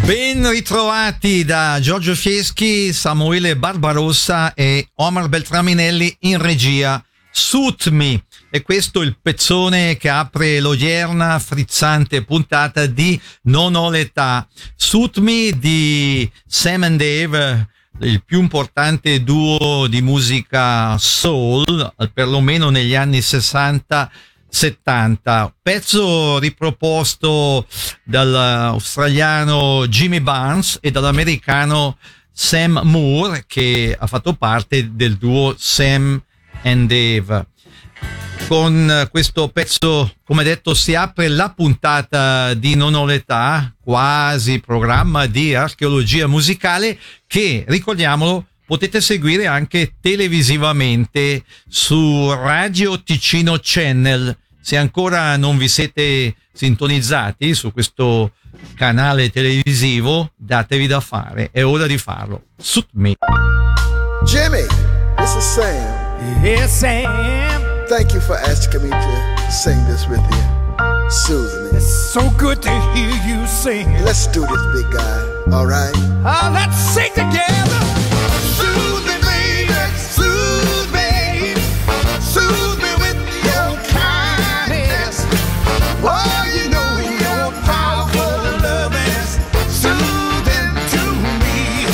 Ben ritrovati da Giorgio Fieschi, Samuele Barbarossa e Omar Beltraminelli in regia. Suit Me, e questo è il pezzone che apre l'odierna frizzante puntata di Non ho l'età. Suit Me di Sam and Dave, il più importante duo di musica soul, perlomeno negli anni 60-70, pezzo riproposto dall'australiano Jimmy Barnes e dall'americano Sam Moore, che ha fatto parte del duo Sam and Dave. Con questo pezzo, come detto, si apre la puntata di Non ho l'età, quasi programma di archeologia musicale che, ricordiamolo, potete seguire anche televisivamente su Radio Ticino Channel. Se ancora non vi siete sintonizzati su questo canale televisivo, datevi da fare, è ora di farlo. Suit Me. Jimmy, this is Sam. Yes, Sam. Thank you for asking me to sing this with you. Susan. It's so good to hear you sing. Let's do this, big guy. All right? Let's sing together. Soothe me, baby. Soothe me. Soothe me with your kindness. Oh, you know your powerful love is soothing to me.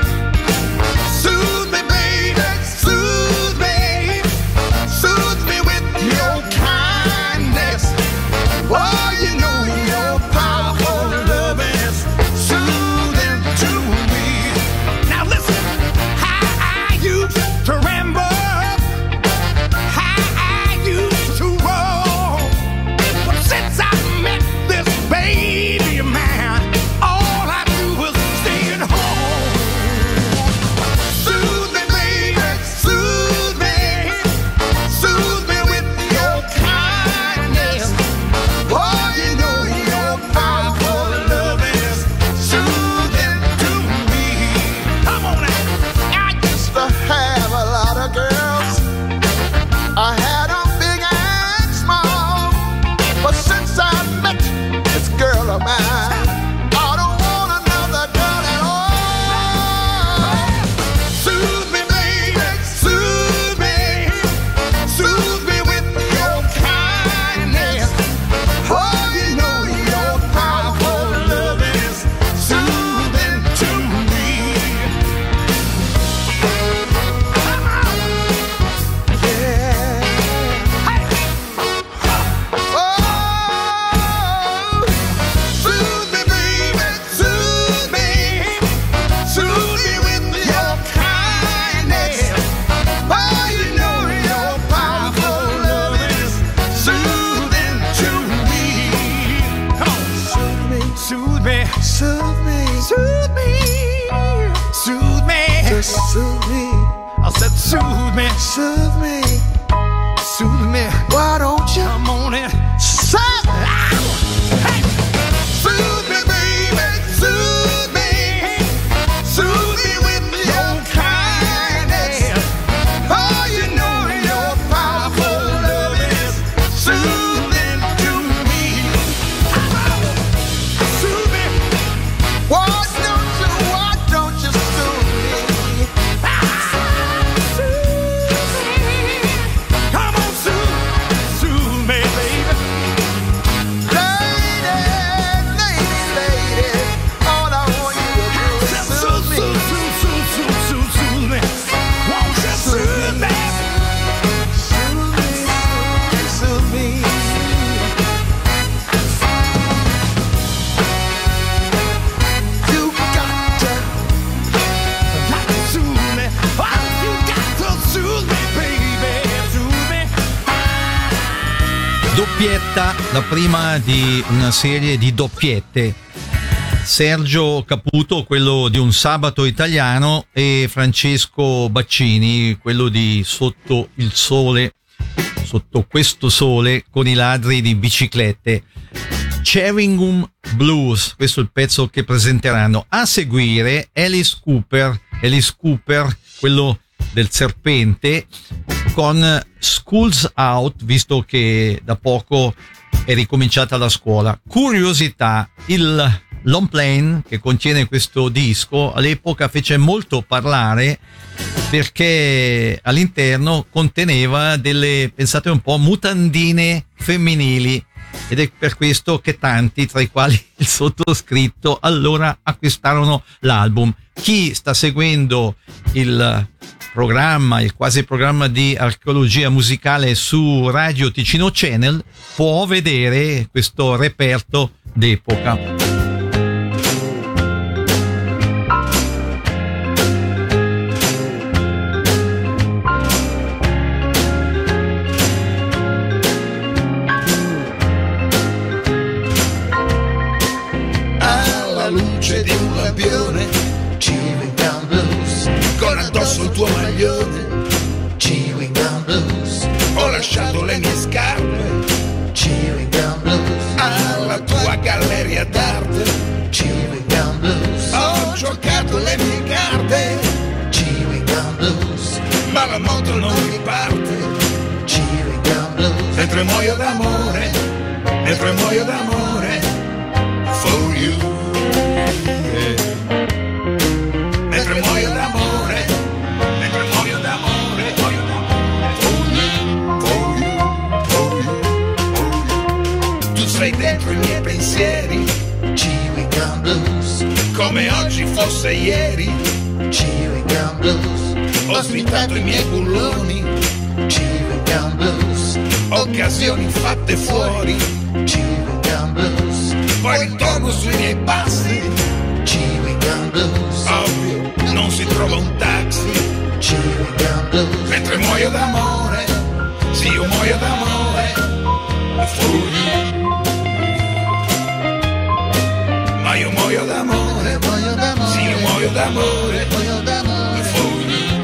Soothe me, baby. Soothe me. Soothe me with your kindness. Oh, you know your powerful love is soothing to me. Now listen, how I used to ramble, how I used to roll. But since I met this baby of mine, all I do is stay at home. Soothe me, baby, soothe me. Soothe me with your kindness. Oh, you know your powerful love is soothing to me. Come on now. I Used to have a lot of girls. I had them big and small. But since I met this girl of mine, I don't want another girl at all. soothe me, baby, soothe me. Soothe me with your kindness. Oh, you know your powerful love is soothing to me. Come on. Yeah. Hey. Oh, soothe me, baby, soothe me. Soothe me with your kindness. Oh, you know your powerful love is soothing to me. Come on. soothe me, Soothe me, soothe me, soothe me, soothe me. just soothe me, I said soothe me, soothe me. soothe me. Why don't you Come on in. soothe? Hey. Soothe me, baby, soothe me. Soothe me with your kindness. Oh, you know your powerful love is soothing to me. Come on. Soothe me. Why don't you soothe me? Come on, soothe me, baby. Lady, all I want you to do is soothe me. Soothe me. Won't you soothe me? Soothe me, soothe me. You got to Got to soothe me. Oh, you got to soothe me, baby. Soothe me. Doppietta, la prima di una serie di doppiette. Sergio Caputo, quello di Un sabato italiano, e Francesco Baccini, quello di Sotto il sole, sotto questo sole, con i ladri di biciclette. Cherringham Blues, questo è il pezzo che presenteranno. A seguire Alice Cooper, quello del serpente, con School's Out, visto che da poco è ricominciata la scuola. Curiosità, il long plane che contiene questo disco all'epoca fece molto parlare perché all'interno conteneva delle, pensate un po', mutandine femminili, ed è per questo che tanti, tra i quali il sottoscritto, allora acquistarono l'album. Chi sta seguendo il programma, il quasi programma di archeologia musicale su Radio Ticino Channel, può vedere questo reperto d'epoca. Alla luce di un lampione, chewing gum blues, con addosso il tuo maglione, chewing gum blues, ho lasciato le mie scarpe, chewing gum blues, alla tua galleria d'arte, chewing gum blues, ho giocato le mie carte, chewing gum blues, ma la moto non mi parte, chewing gum blues, mentre muoio d'amore, mentre muoio d'amore, for you, mentre muoio d'amore, mentre muoio d'amore, muoio d'amore, for you, for you, for you. Tu sei dentro i miei pensieri, chewing gum blues, come oggi fosse ieri, chewing gum blues, ho svitato i miei bulloni, chewing gum blues, occasioni fatte fuori, chewing gum blues, poi ritorno sui miei passi, chewing gum blues, ovvio, non si trova un taxi, chewing gum blues, mentre muoio d'amore, sì io muoio d'amore, for you, ma io muoio d'amore, sì io muoio d'amore, for you.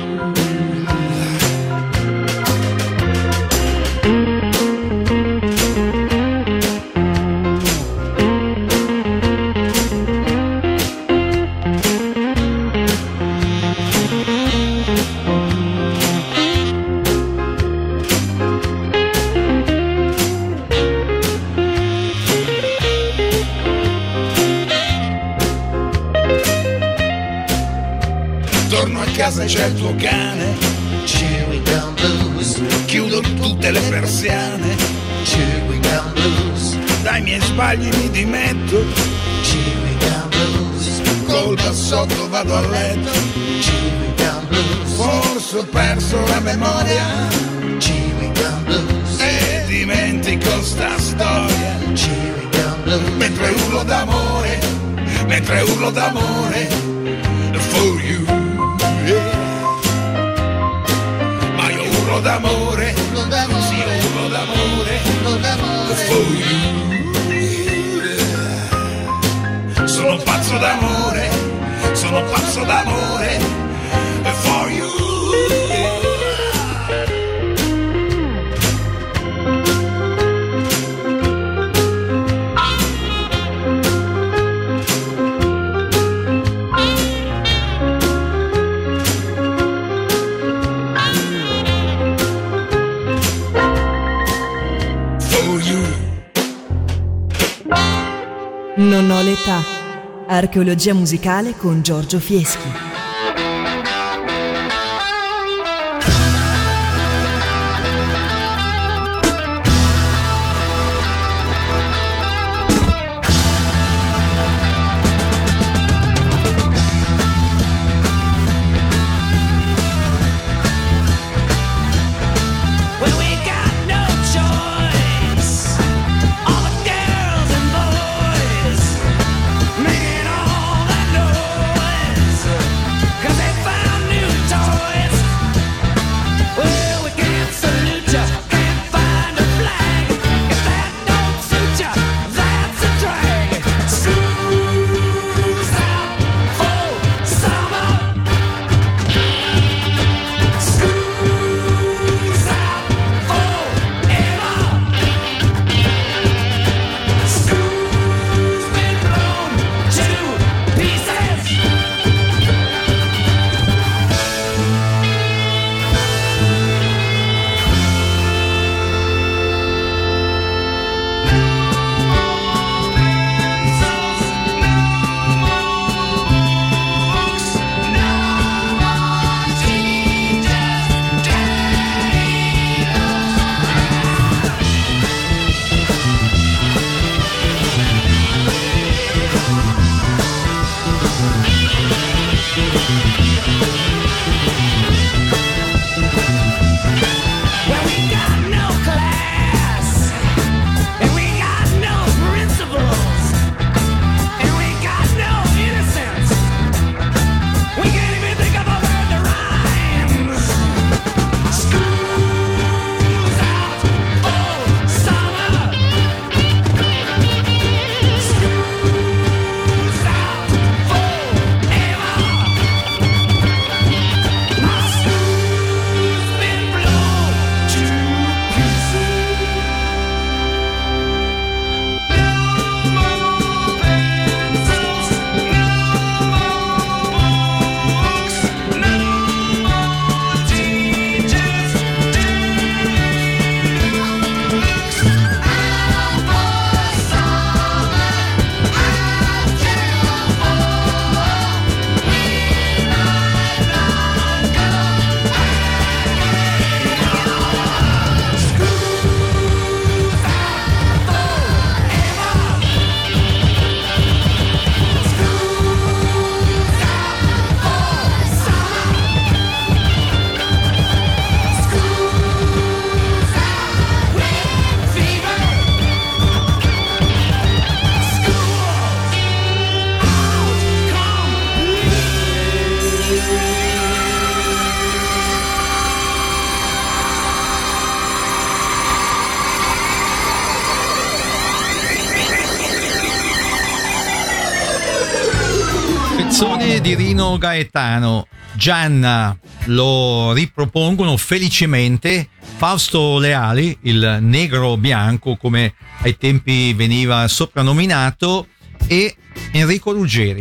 Torno a casa, c'è il tuo cane, chewing gum blues, chiudo tutte le persiane, chewing gum blues, dai miei sbagli mi dimetto, chewing gum blues, colpa sotto vado a letto, chewing gum blues, forse ho perso la memoria, chewing gum blues, e dimentico sta storia, chewing gum blues, mentre urlo d'amore, mentre urlo d'amore, for you. Ma io urlo d'amore, sì io urlo d'amore, for you. Sono pazzo d'amore, sono pazzo d'amore, for you. Non ho l'età. Archeologia musicale con Giorgio Fieschi. Making all that noise. Canzone di Rino Gaetano, Gianna, lo ripropongono felicemente Fausto Leali, il negro bianco come ai tempi veniva soprannominato, e Enrico Ruggeri.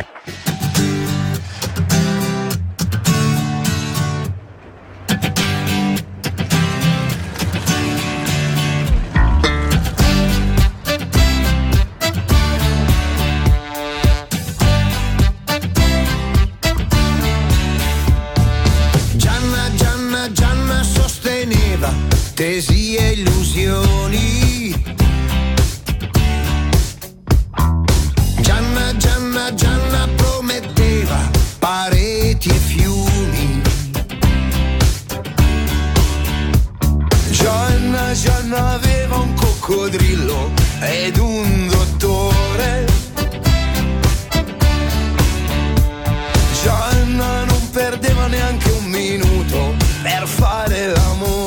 Tesi e illusioni. Gianna, Gianna, Gianna prometteva pareti e fiumi. Gianna, Gianna aveva un coccodrillo ed un dottore. Gianna non perdeva neanche un minuto per fare l'amore.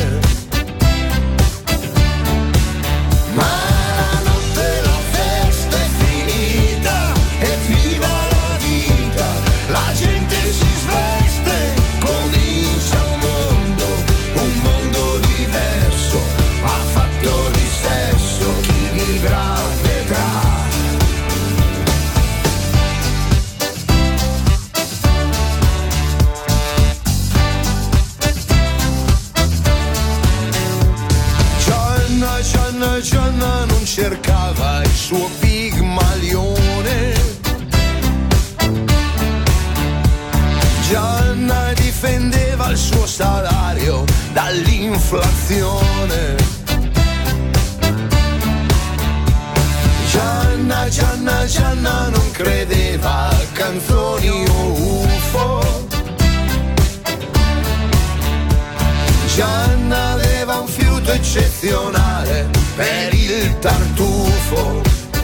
Ma la notte la festa è finita e viva la vita, la gente si sveste, comincia un mondo diverso, a fatto di sesso, chi vivrà vedrà. Gianna non cercava il suo pigmalione. Gianna difendeva il suo salario dall'inflazione. Gianna, Gianna, Gianna non credeva a canzoni o UFO. Gianna aveva un fiuto eccezionale per il tartufo.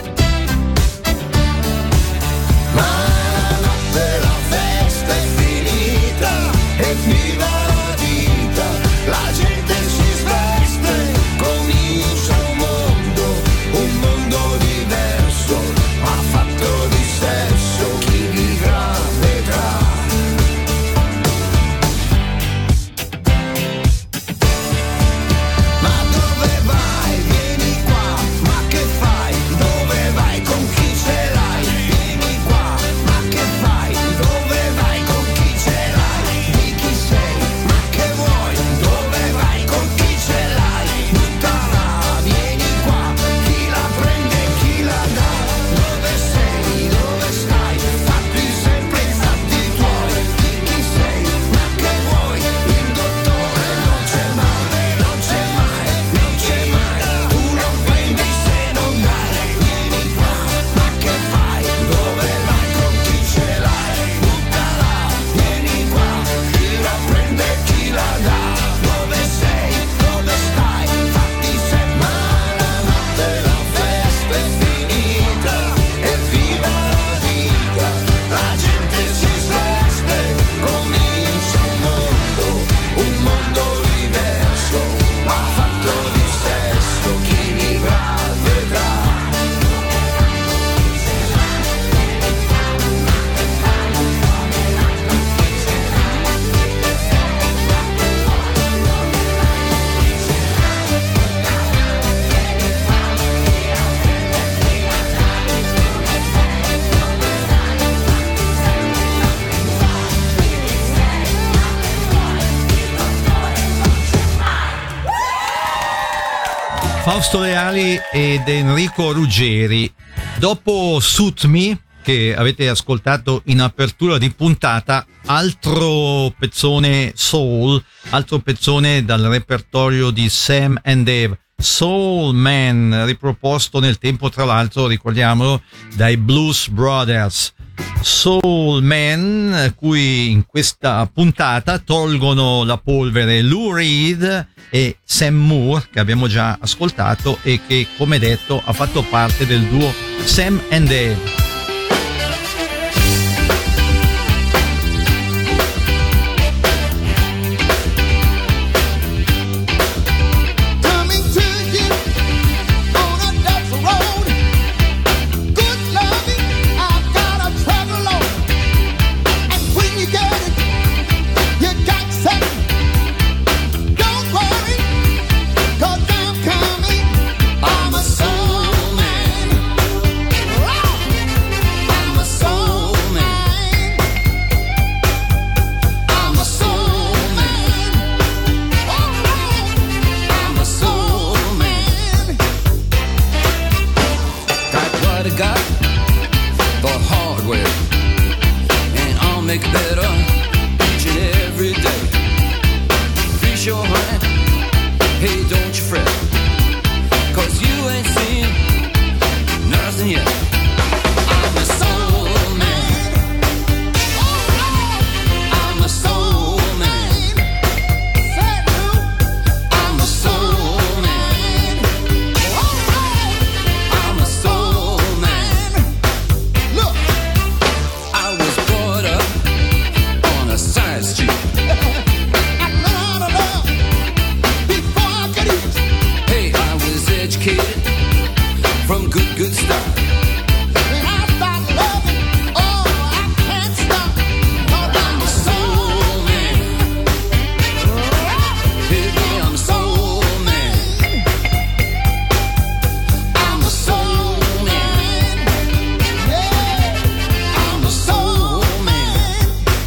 Ma la notte la festa è finita e viva la vita, la gente si sveste, comincia un mondo diverso, a fatto di sesso, chi vivrà vedrà. Fausto Leali ed Enrico Ruggeri. Dopo Suit Me, che avete ascoltato in apertura di puntata, altro pezzone soul, altro pezzone dal repertorio di Sam and Dave, Soul Man, riproposto nel tempo tra l'altro, ricordiamolo, dai Blues Brothers. Soul Man, cui in questa puntata tolgono la polvere Lou Reed e Sam Moore, che abbiamo già ascoltato e che, come detto, ha fatto parte del duo Sam and Dave. what I got for hardware, and I'll make it better each and every day. Be sure, honey, hey, don't you fret, 'cause you ain't seen nothing yet. I'm a soul man. I'm a soul man. I'm a soul man. I'm a soul man. Look, I was brought up on a side street. I learned to love before I could eat. Hey, I was educated from good start. When I start loving, oh, I can't stop. 'Cause I'm a soul man. Baby, I'm a soul man. I'm a soul man. Yeah, I'm a soul man.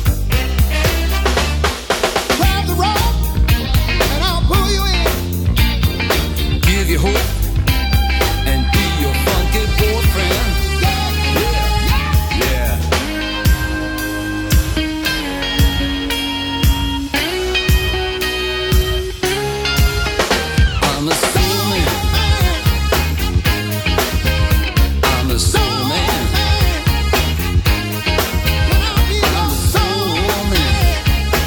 Grab the rope and I'll pull you in. Give you hope and be your funky boyfriend. Yeah. I'm a soul man. I'm a soul man. I'm a soul man.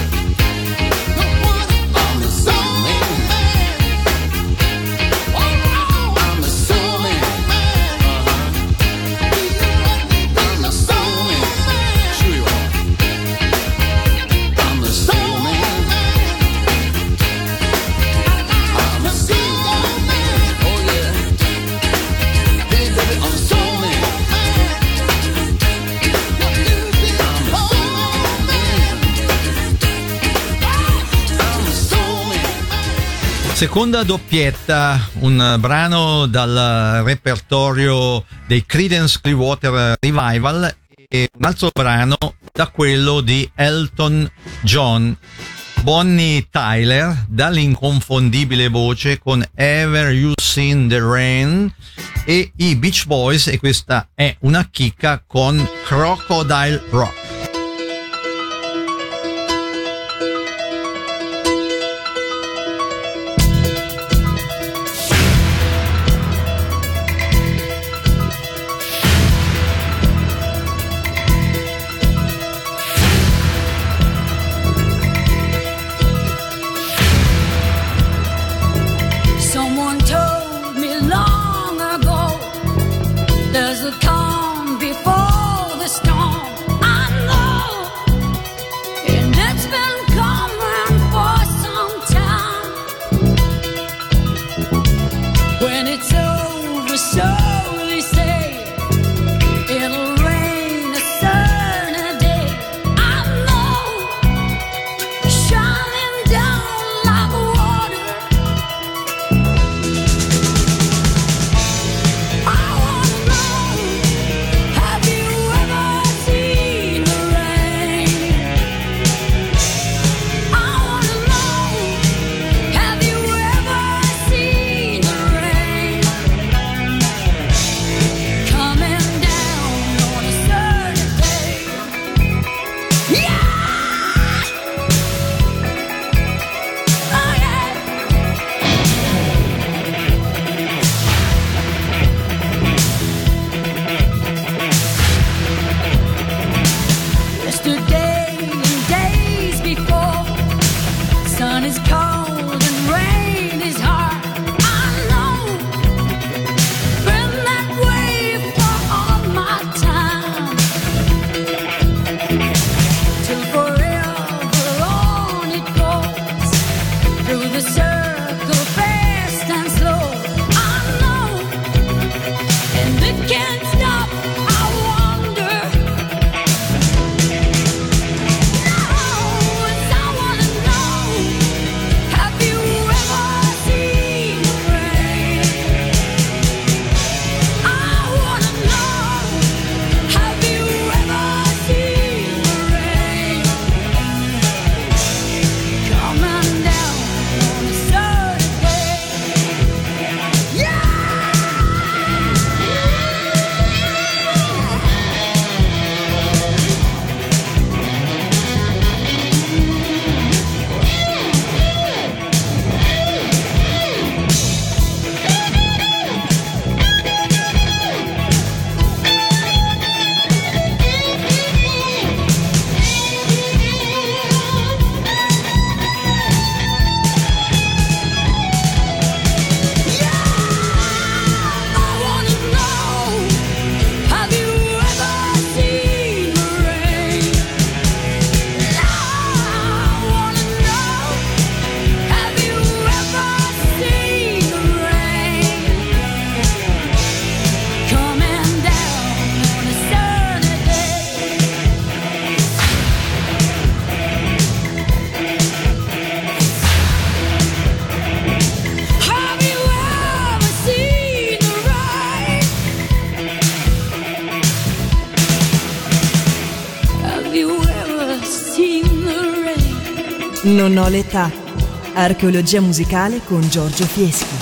I'm a soul man. I'm a soul man. I'm a soul man. Sure you are. I'm a soul man. I'm a soul man. Oh yeah. Hey baby, I'm a soul man. I'm a soul man. I'm a soul man. Seconda doppietta, un brano dal repertorio dei Creedence Clearwater Revival e un altro brano da quello di Elton John, Bonnie Tyler, dall'inconfondibile voce con Ever You Seen the Rain, e i Beach Boys, e questa è una chicca, con Crocodile Rock. Someone told me long ago, there's a calm before the storm. I Non ho l'età. Archeologia musicale con Giorgio Fieschi.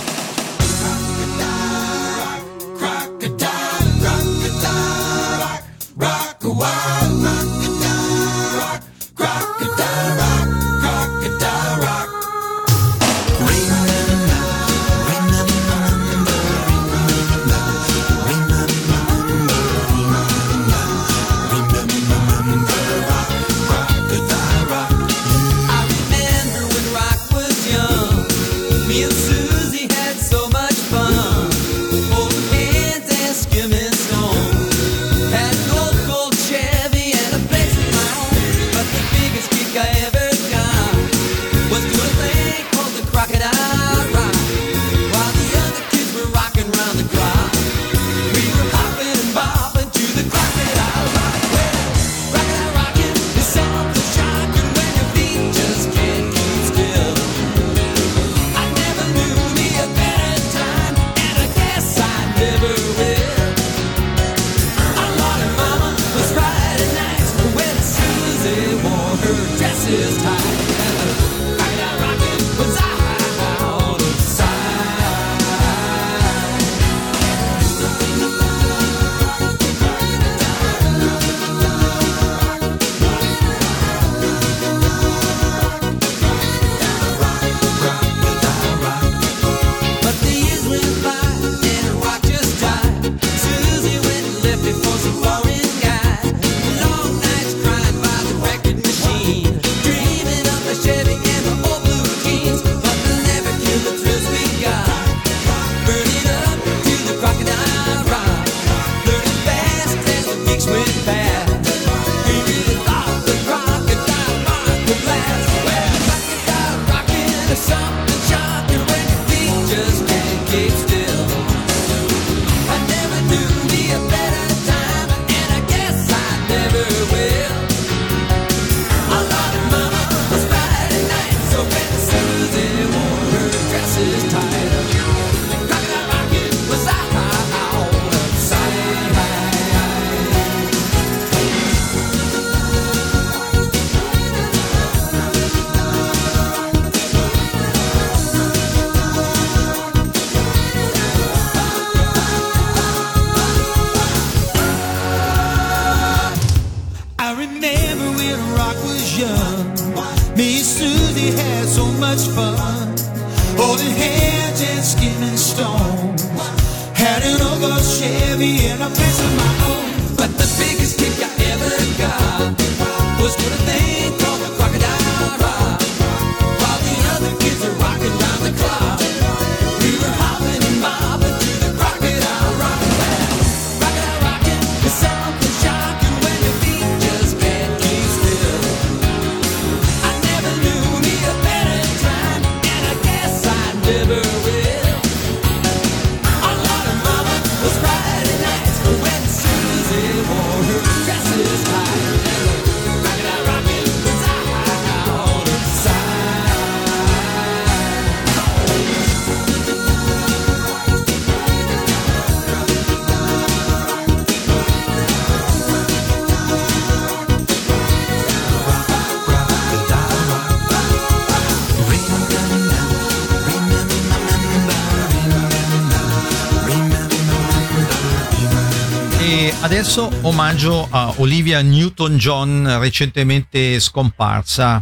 Adesso omaggio a Olivia Newton-John, recentemente scomparsa.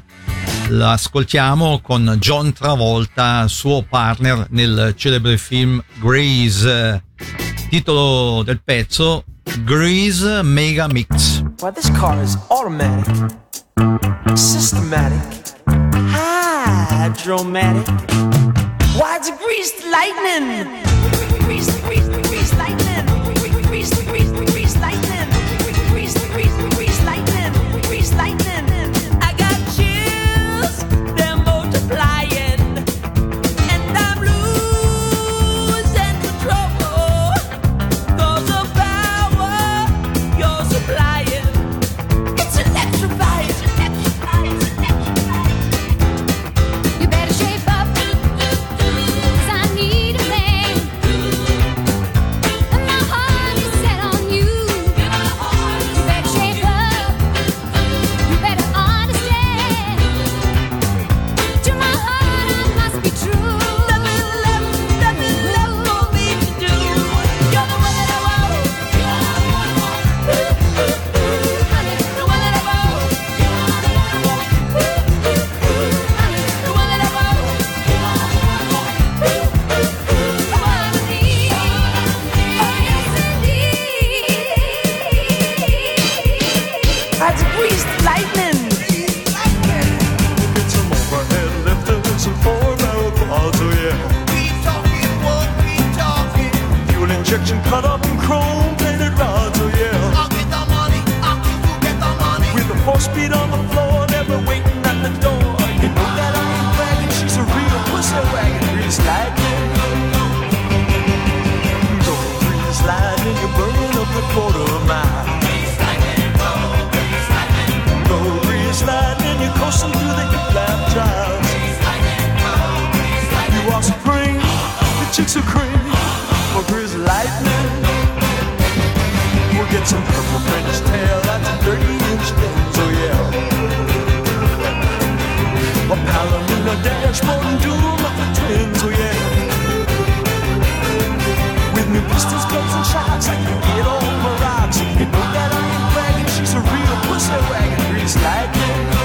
L'ascoltiamo con John Travolta, suo partner nel celebre film Grease. Titolo del pezzo: Grease Mega Mix. Well, this car is automatic, systematic, hydromatic. Why, it's greased lightning. Greased lightning. Greased lightning. Greased lightning. I got chills, they're multiplying, and I'm losing control. 'Cause the power you're supplying, it's electrifying. You better shape up, 'cause I need a man. engine cut up in chrome plated rods, oh yeah. I'll get the money, I'll get the money. With a 4-speed on the floor, never waiting at the door. You know that I ain't bragging, she's a real pussy wagon. Grease lightning, go grease lightning, you're burning up the quarter mile. Grease lightning, go, grease lightning. Go grease lightning, you're coasting through the hip lap drives. Grease lightning, go, grease lightning. You are supreme, the chicks are cream. For grease lightning, we'll get some purple French tail at the 30-inch things, oh yeah. A Palomino dashboard and doom of the twins, oh yeah. With new pistols, clubs and shocks, I can get on my rocks. You know that I ain't bragging, she's a real pussy wagon. Grease lightning.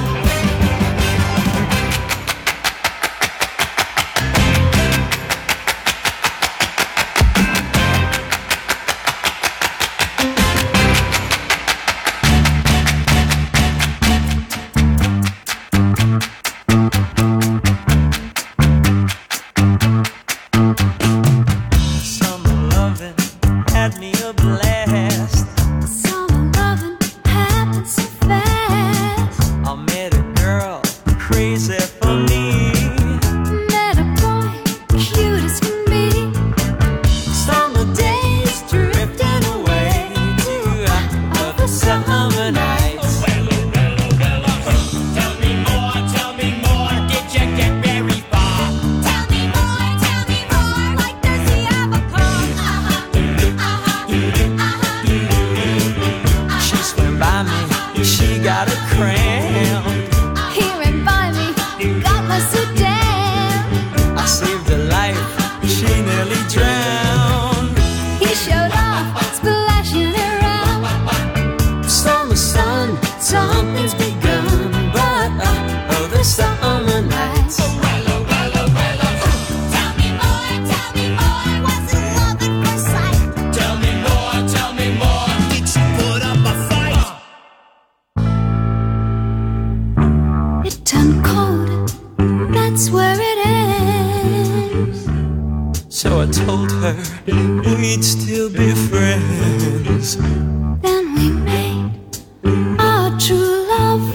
So I told her we'd still be friends. Then we made our true love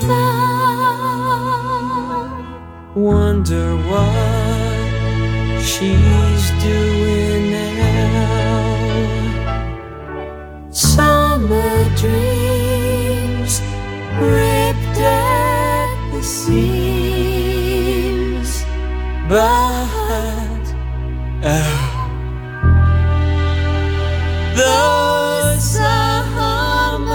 vow. Wonder what she's doing now. Summer dreams ripped at the seams, But the summer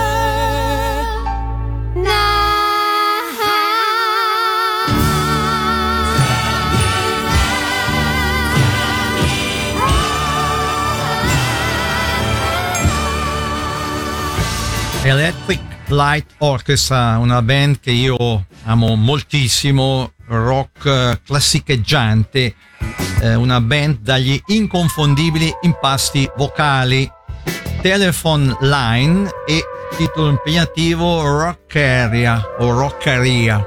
Electric Light Orchestra, una band che io amo moltissimo, rock classicheggiante, una band dagli inconfondibili impasti vocali, Telephone Line e titolo impegnativo Rockeria o Rockeria.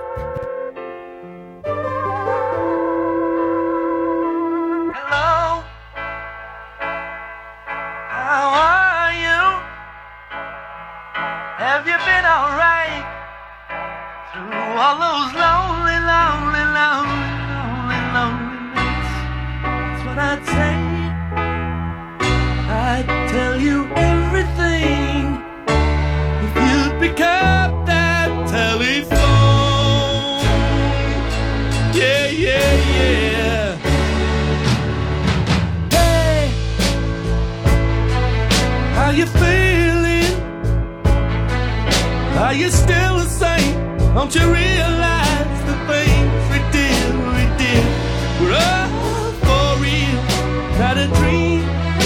hello, how are you? Have you been alright through all those lonely, lonely, lonely, lonely, lonely nights? That's what I'd say. I'd tell you everything if you'd pick up that telephone. Yeah, yeah, yeah. Hey, how you feeling? Are you still the same? Don't you realize the things we did were all for real, not a dream?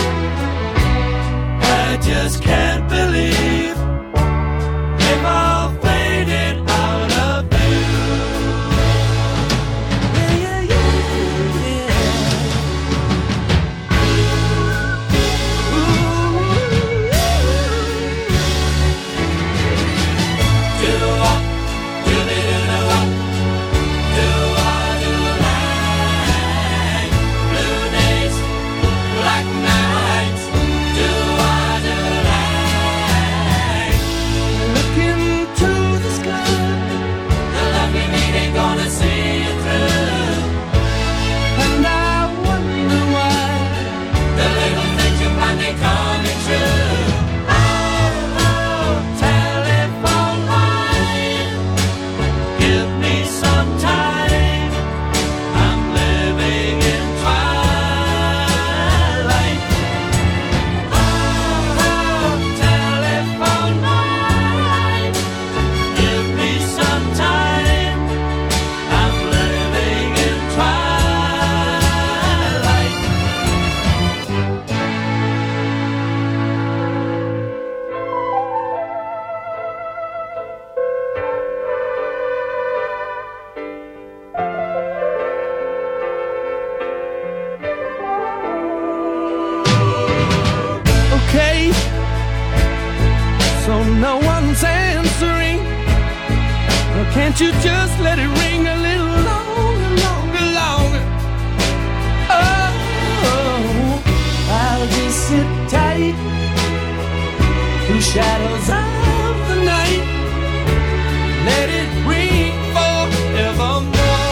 I just can't believe they've all faded out of view. Yeah, yeah, yeah, yeah. Ooh. Do-wop, do-be-do-do-wop, do-wah-do-lang. Blue days, black nights. Won't you just let it ring a little longer, longer, longer? Oh, I'll just sit tight through shadows of the night. Let it ring forevermore.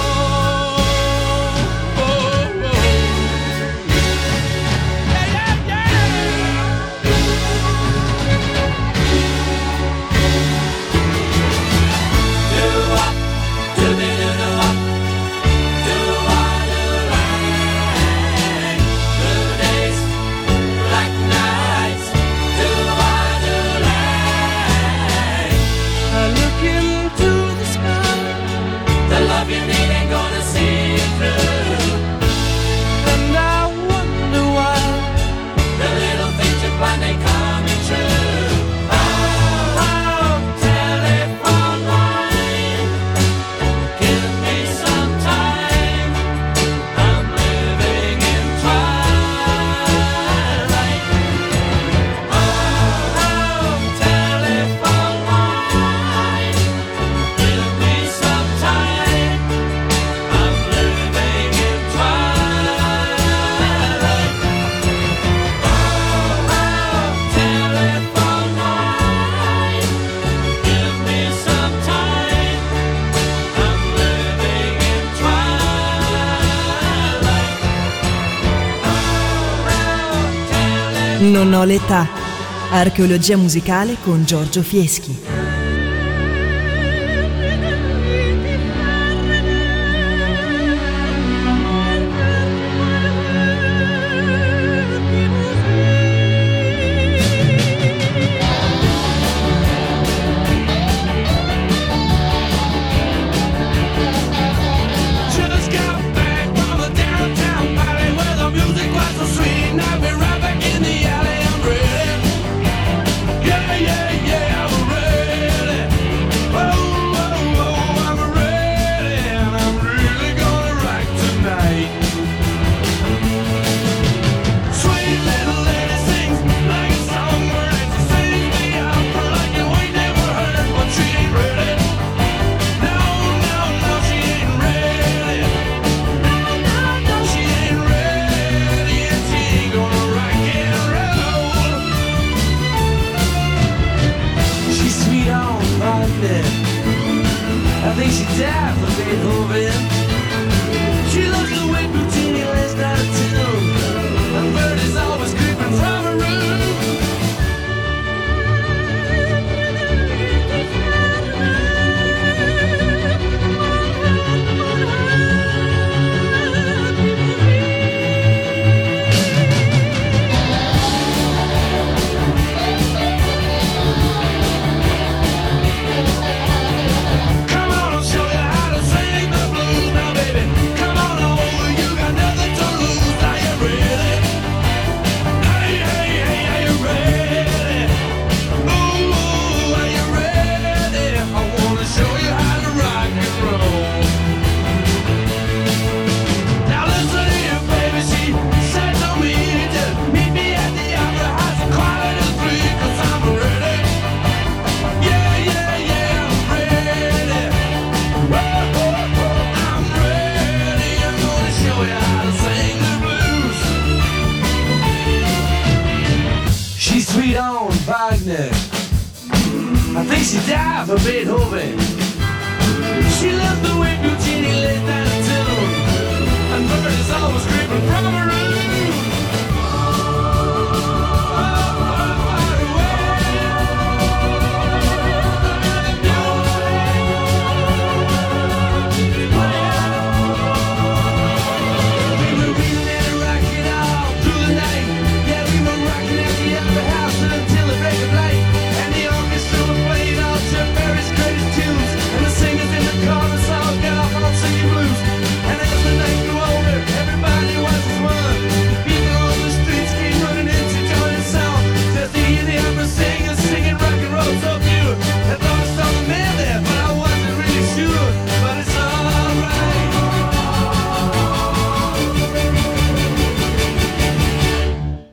Non ho l'età. Archeologia musicale con Giorgio Fieschi.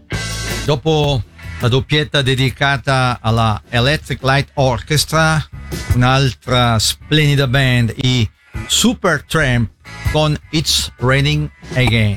Dopo la doppietta dedicata alla Electric Light Orchestra, un'altra splendida band, i Supertramp con It's Raining Again.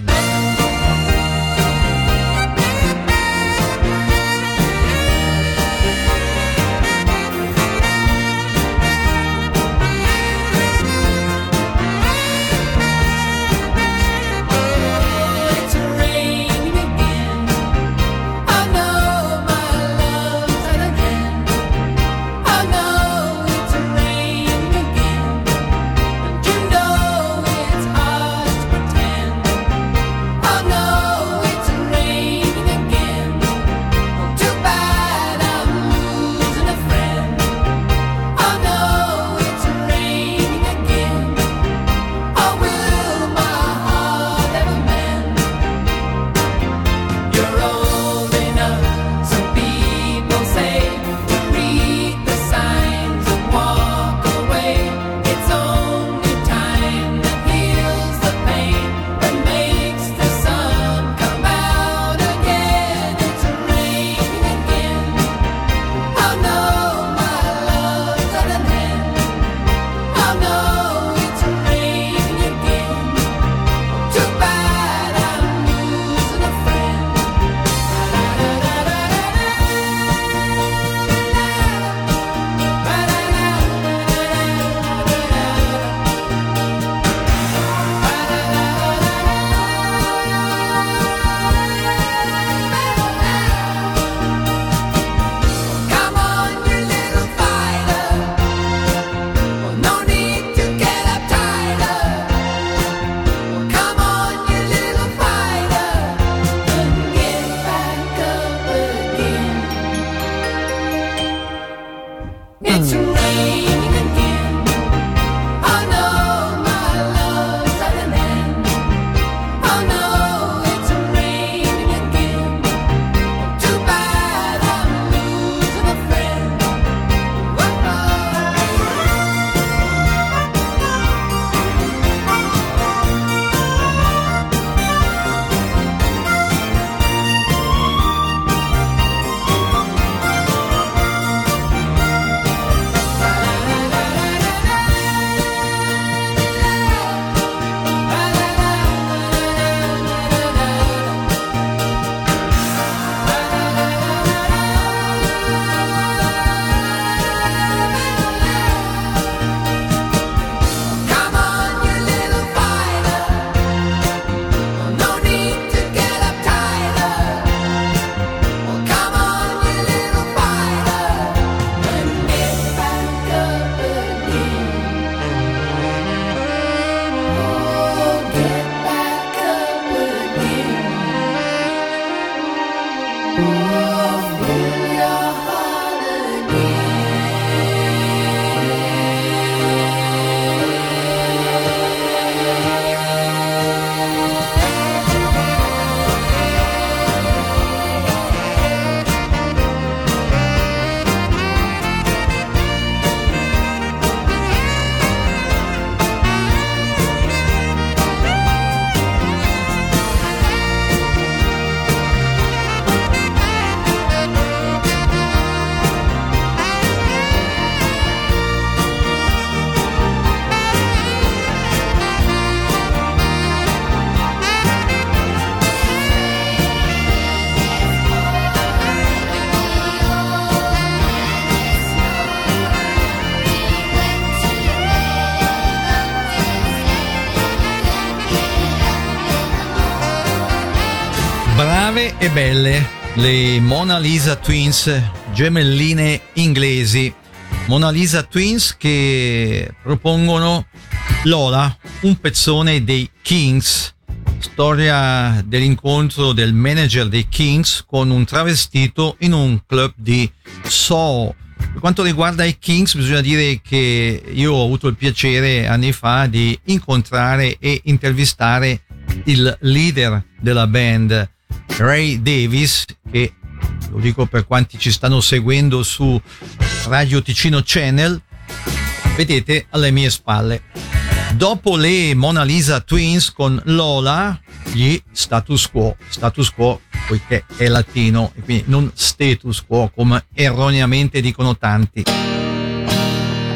Brave e belle le Mona Lisa Twins, gemelline inglesi. Mona Lisa Twins che propongono Lola, un pezzone dei Kings, storia dell'incontro del manager dei Kings con un travestito in un club di Soho. Per quanto riguarda i Kings, bisogna dire che io ho avuto il piacere anni fa di incontrare e intervistare il leader della band, Ray Davies, che lo dico per quanti ci stanno seguendo su Radio Ticino Channel, vedete alle mie spalle. Dopo le Mona Lisa Twins con Lola, gli Status Quo poiché è latino e quindi non status quo come erroneamente dicono tanti.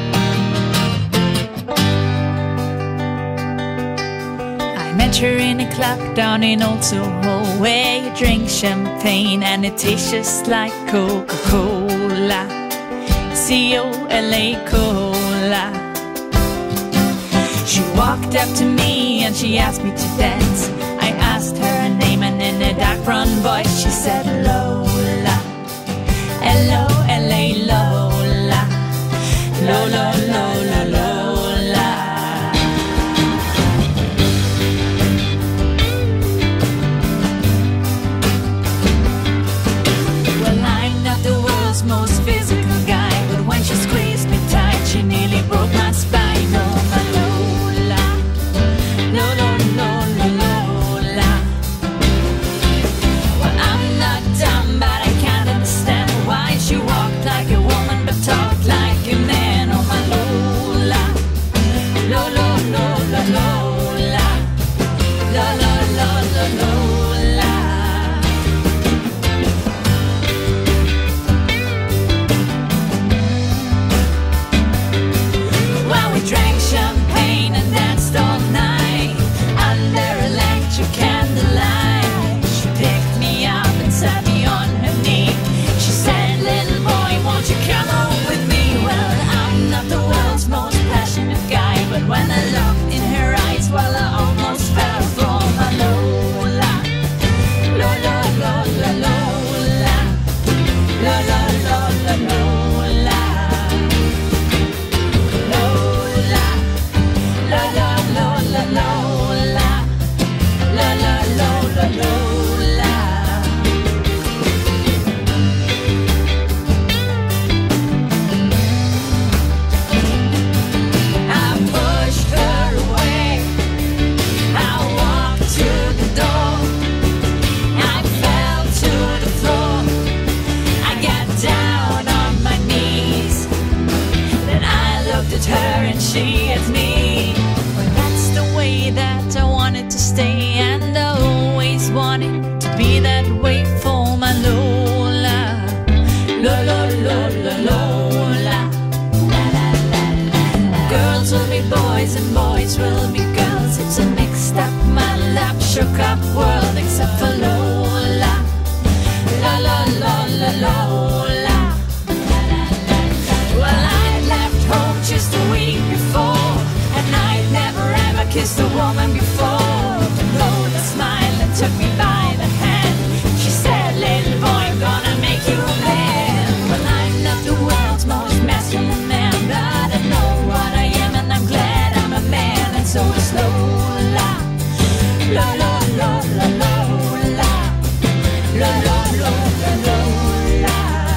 her in a club down in Old Soho, where you drink champagne and it tastes just like Coca-Cola. C-O-L-A Cola. She walked up to me and she asked me to dance. I asked her name and in a dark brown voice she said Lola. L-O-L-A Lola. Lola, Lola, Lola. Well, I'm not the world's most physical guy, but when she squeezed me tight, she nearly broke my spine. Oh, my Lola, Lola, Lola, Lola. Well, I'm not dumb, but I can't understand why she walked like a woman but talked like a man. Oh, my Lola, Lola, Lola, Lola, Lola, Lola, Lola. Well, we drank champagne and danced all night under electric candlelight. She picked me up and sat me on her knee. She said, little boy, won't you come home with me? Well, I'm not the world's most passionate guy, but when I looked in her eyes, well, I almost fell for my Lola. Lola, Lola, Lola. Lola, Lola, Lola. Lola, Lola, Lola, Lola. Lola, Lola, Lola. I pushed her away. I walked to the door. I fell to the floor. I got down on my knees. Then I looked at her and she at me. Well, that's the way that I wanted to stay, and I always wanted to be that way for my Lola. Lola, Lola, Lola. Girls will be boys and boys will be girls. It's a mixed up, muddled up, shook up world, except for Lola. Lola, Lola, Lola. Well, I'd left home just a week before, and I'd never ever kissed a woman before. Lola smiled and took me by the hand. She said, little boy, I'm gonna make you a man. Well, I'm not the world's most masculine man, but I know what I am and I'm glad I'm a man. And so is Lola. Lola, Lola, Lola. Lola, Lola, Lola.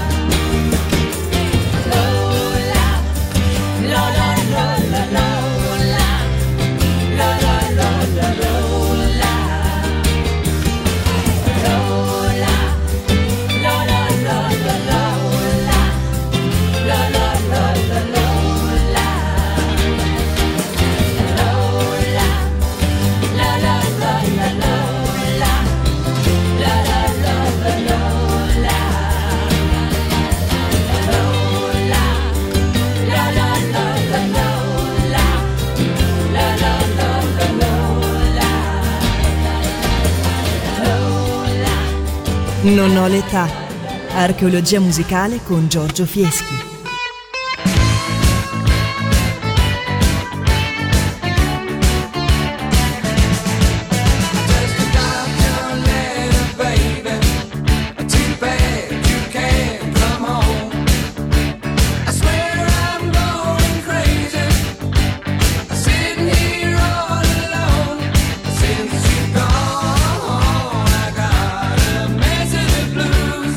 Lola, Lola, Lola, Lola. Lola, Lola, Lola. Lola, Lola, Lola, Lola. Lola, Lola, Lola. Lola, Lola, Lola, Lola. Lola, Lola, Lola. Lola, Lola, Lola, Lola. Lola, Lola, Lola. Lola. Non ho l'età. Archeologia musicale con Giorgio Fieschi. Just a downtown letter, baby. Too bad you can't come home. I swear I'm going crazy. Sitting here all alone. Since you've gone, I got a mess of the blues.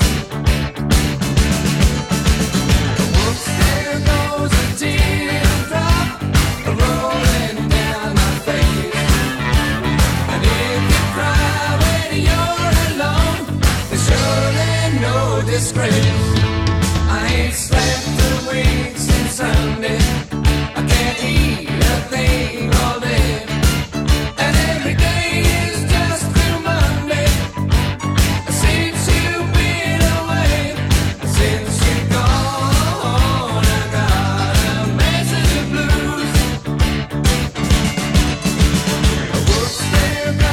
Whoops, there goes a teardrop rolling down my face. And if you cry when you're alone, there's surely no disgrace. I ain't slept a week since Sunday. I can't eat a thing all day. And every day is just till Monday. Since you've been away, since you've gone, I got a mess of the blues. Whoops, there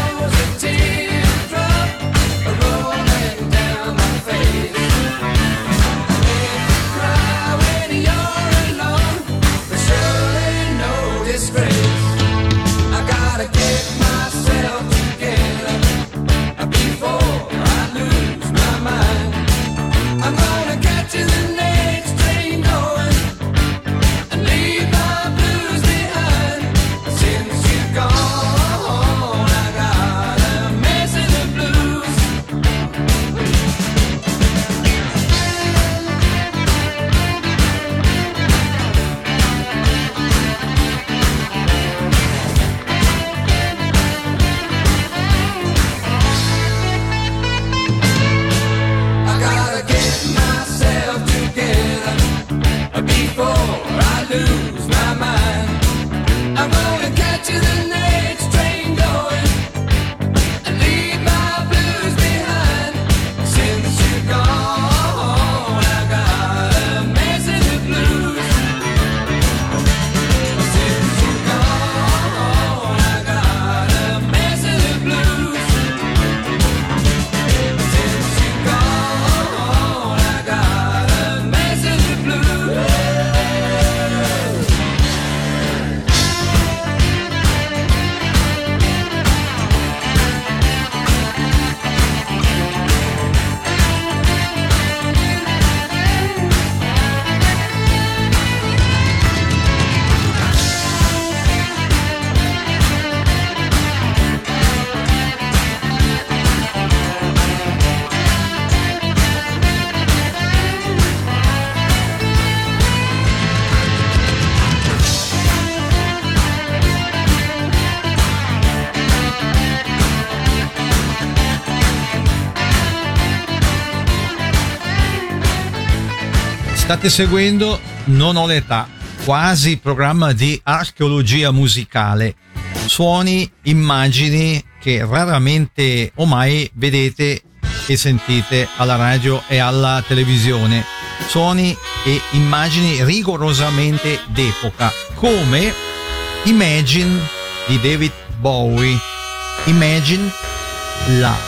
State seguendo Non ho l'età, quasi programma di archeologia musicale, suoni, immagini che raramente o mai vedete e sentite alla radio e alla televisione, suoni e immagini rigorosamente d'epoca, come Imagine di David Bowie. Imagine Love.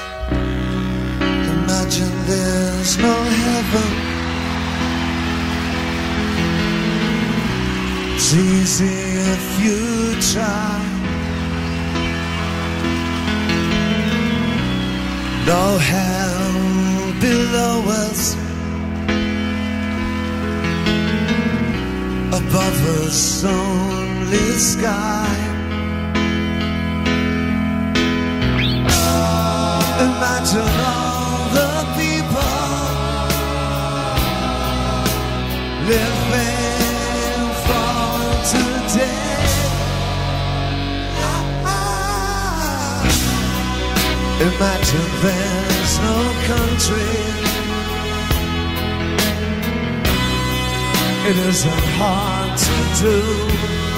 Imagine there's no heaven. It's easy if you try. No hell below us, above us only sky. Imagine all the people living for today. Imagine there's no country. It isn't hard to do.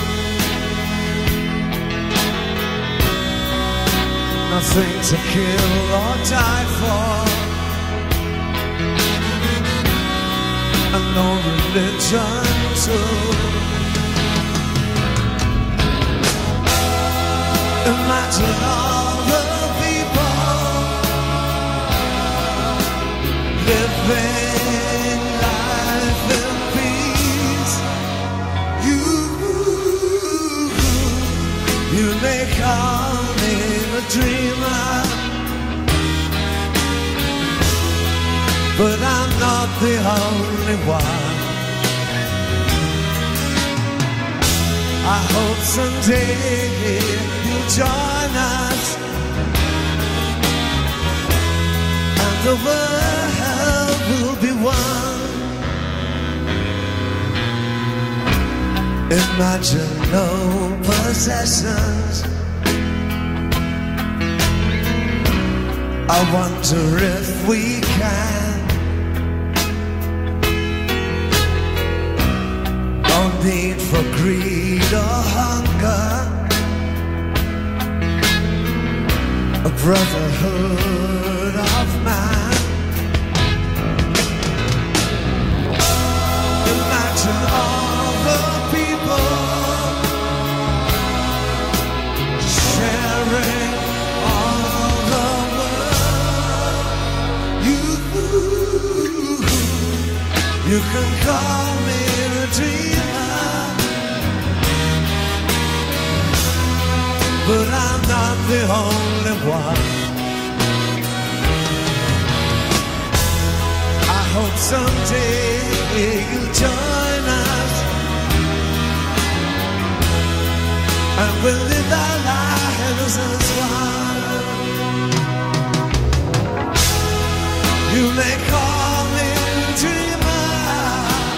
Nothing to kill or die for, and no religion too. Imagine all the people living life in peace. You may call me a dreamer, but I'm not the only one. I hope someday you'll join us, and the world will be one. Imagine no possessions. I wonder if we can. No need for greed or hunger. A brotherhood of man. Imagine all the people sharing all the world. You can call me a dreamer, but I'm not the only one. I hope someday you'll join us, and we'll live our lives as one. You may call me a dreamer,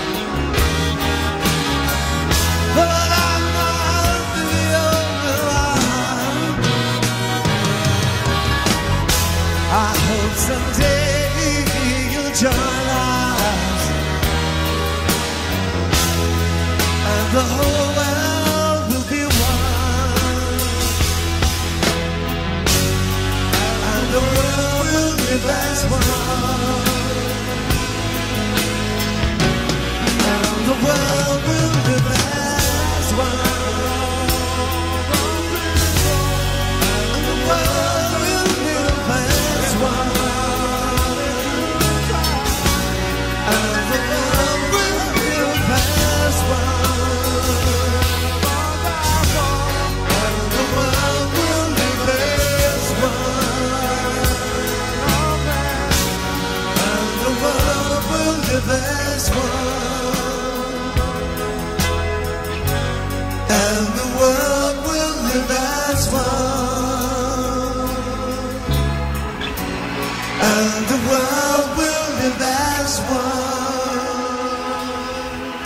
but I'm not the only one. I hope someday you'll join us, and the whole world will be one, and the world will live as one, and the world will live as one, and the world will live as one, and the world will live as one, and the world will live as one, and the world will live as one, and the world will live as one, and the world will live as one,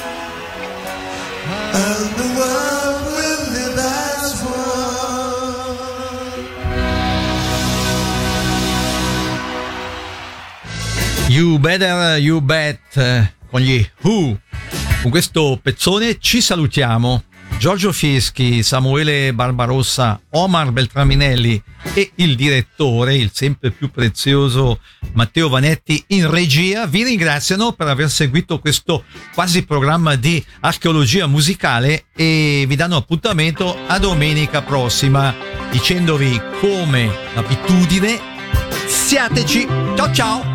and the world will live as one. You Better You Bet con gli Who. Con questo pezzone ci salutiamo. Giorgio Fieschi, Samuele Barbarossa, Omar Beltraminelli e il direttore, il sempre più prezioso Matteo Vanetti in regia vi ringraziano per aver seguito questo quasi programma di archeologia musicale e vi danno appuntamento a domenica prossima dicendovi come l'abitudine siateci. Ciao ciao.